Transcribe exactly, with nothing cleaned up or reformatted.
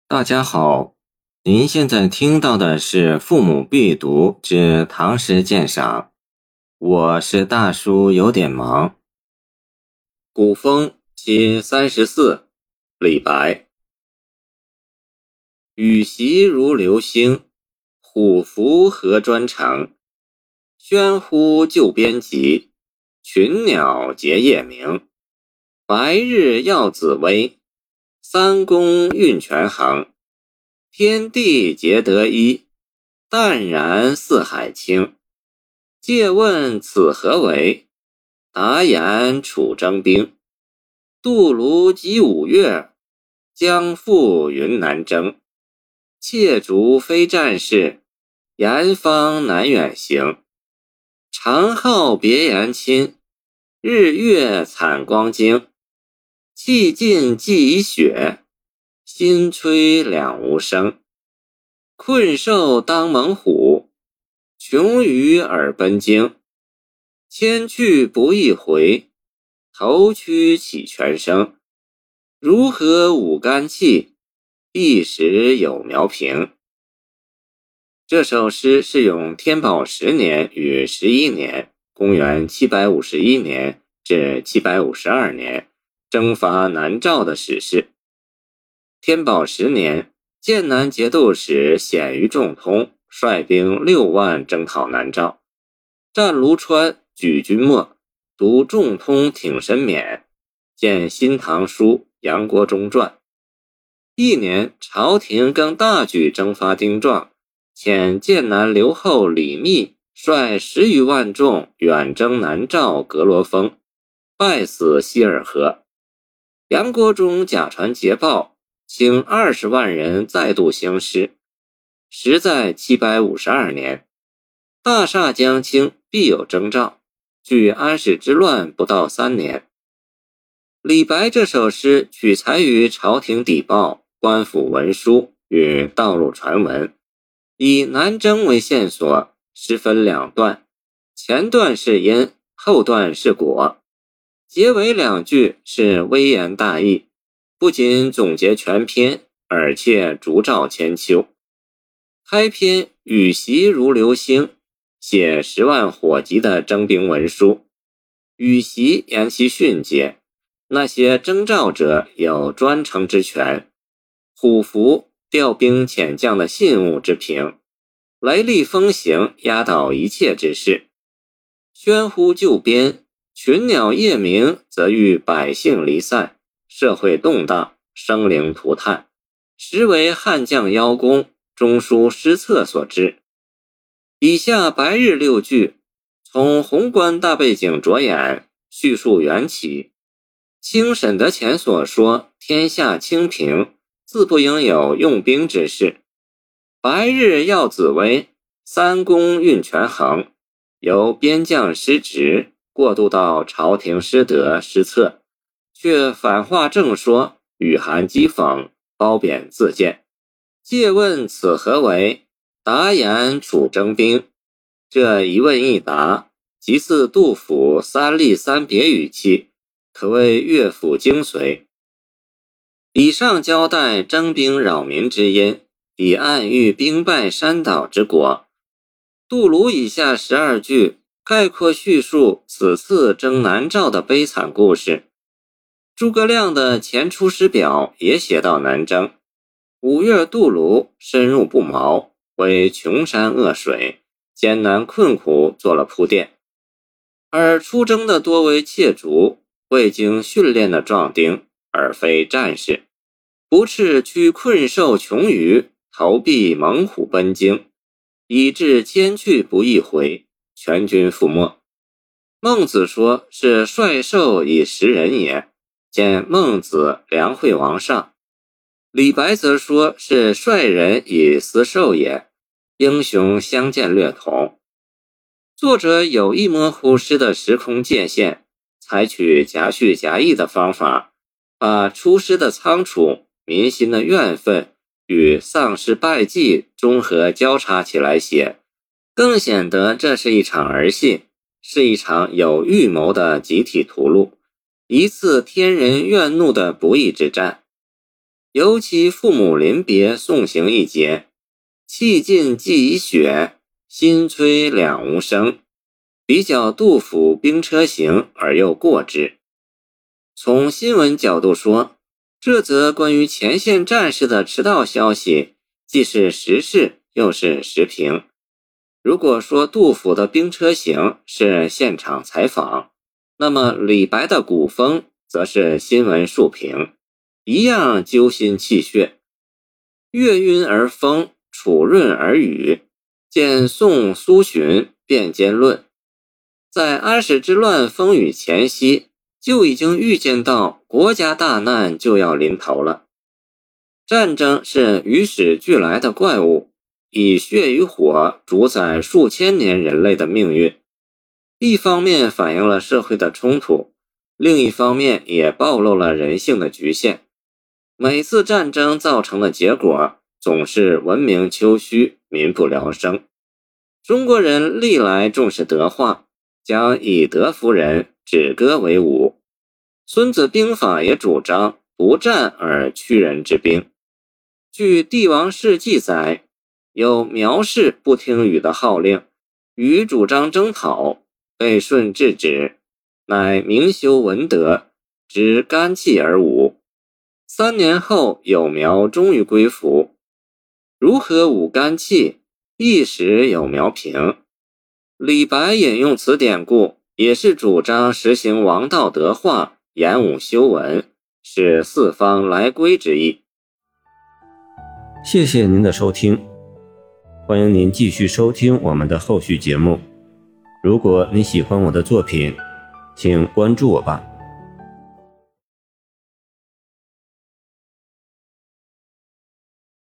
大家好，您现在听到的是《父母必读之唐诗鉴赏》，我是大叔，有点忙。古风其三十四，李白。羽檄如流星，虎符何专长。喧呼救边籍，群鸟结夜鸣。白日耀紫微，三公运权衡。天地皆得一，淡然四海清。借问此何为？答言楚征兵。杜庐及五岳，将赴云南征。切竹非战士，严方难远行。长号别言亲，日月惨光惊。气尽既已雪，新吹两无声。困兽当猛虎，穷鱼耳奔惊。千去不易回，头屈起全生。如何舞肝气，一时有苗平。这首诗是用天宝十年与十一年，公元七百五十一年至七百五十二年征伐南诏的史事。天宝十年，剑南节度使鲜于仲通率兵六万征讨南诏，战卢川，举军没，独仲通挺身免，见《新唐书·杨国忠传》。一年，朝廷更大举征发丁壮，遣剑南留后李密率十余万众远征南诏阁罗峰，败死希尔河。杨国忠假传捷报，请二十万人再度兴师。时在七百五十二年，大厦将倾，必有征兆，距安史之乱不到三年。李白这首诗取材于朝廷邸报、官府文书与道路传闻，以南征为线索，诗分两段，前段是因，后段是果。结尾两句是微言大义，不仅总结全篇，而且烛照千秋。开篇羽檄如流星，写十万火急的征兵文书。羽檄言其训诫，那些征召者有专程之权。虎符调兵遣将的信物之凭，雷厉风行压倒一切之事。喧呼救边，群鸟夜鸣，则欲百姓离散，社会动荡，生灵涂炭，实为悍将邀功，中书失策所致。以下白日六句，从宏观大背景着眼，叙述缘起。清沈德潜所说天下清平，自不应有用兵之事。白日耀紫微，三公运权衡，由边将失职过渡到朝廷失德失策，却反话正说，语含讥讽，褒贬自荐。借问此何为？答言楚征兵。这一问一答，极似杜甫三吏三别语气，可谓乐府精髓。以上交代征兵扰民之因，以暗喻兵败山倒之果。杜庐以下十二句概括叙述此次征南诏的悲惨故事。诸葛亮的前出师表也写到南征，五岳杜庐深入不毛，为穷山恶水，艰难困苦做了铺垫。而出征的多为窃卒，未经训练的壮丁，而非战士，不啻驱困兽穷鱼，投避猛虎奔惊，以致千去不易回，全军覆没。孟子说是率兽以食人也，见孟子梁惠王上。李白则说是率人以饲兽也，英雄相见略同。作者有意模糊诗的时空界限，采取夹叙夹议的方法，把出师的仓促、民心的怨愤与丧失败绩综合交叉起来写，更显得这是一场儿戏，是一场有预谋的集体屠戮，一次天人怨怒的不义之战。 尤其父母临别送行一节，气尽既已雪，心催两无声，比较杜甫兵车行而又过之。从新闻角度说，这则关于前线战士的迟到消息既是时事又是时评。如果说杜甫的兵车行是现场采访，那么李白的古风则是新闻述评，一样揪心泣血。月晕而风，楚润而雨，见宋苏洵辩兼论。在安史之乱风雨前夕，就已经预见到国家大难就要临头了。战争是与史俱来的怪物，以血与火主宰数千年人类的命运。一方面反映了社会的冲突，另一方面也暴露了人性的局限。每次战争造成的结果总是文明丘墟，民不聊生。中国人历来重视德化，将以德服人，止戈为武。孙子兵法也主张不战而屈人之兵。据帝王世记载，有苗氏不听禹的号令，禹主张征讨，被舜制止，乃明修文德，执干气而武。三年后，有苗终于归服。如何武干气？一时有苗平。李白引用此典故，也是主张实行王道德化，严武修文，使四方来归之意。 谢谢您的收听，欢迎您继续收听我们的后续节目。如果你喜欢我的作品，请关注我吧。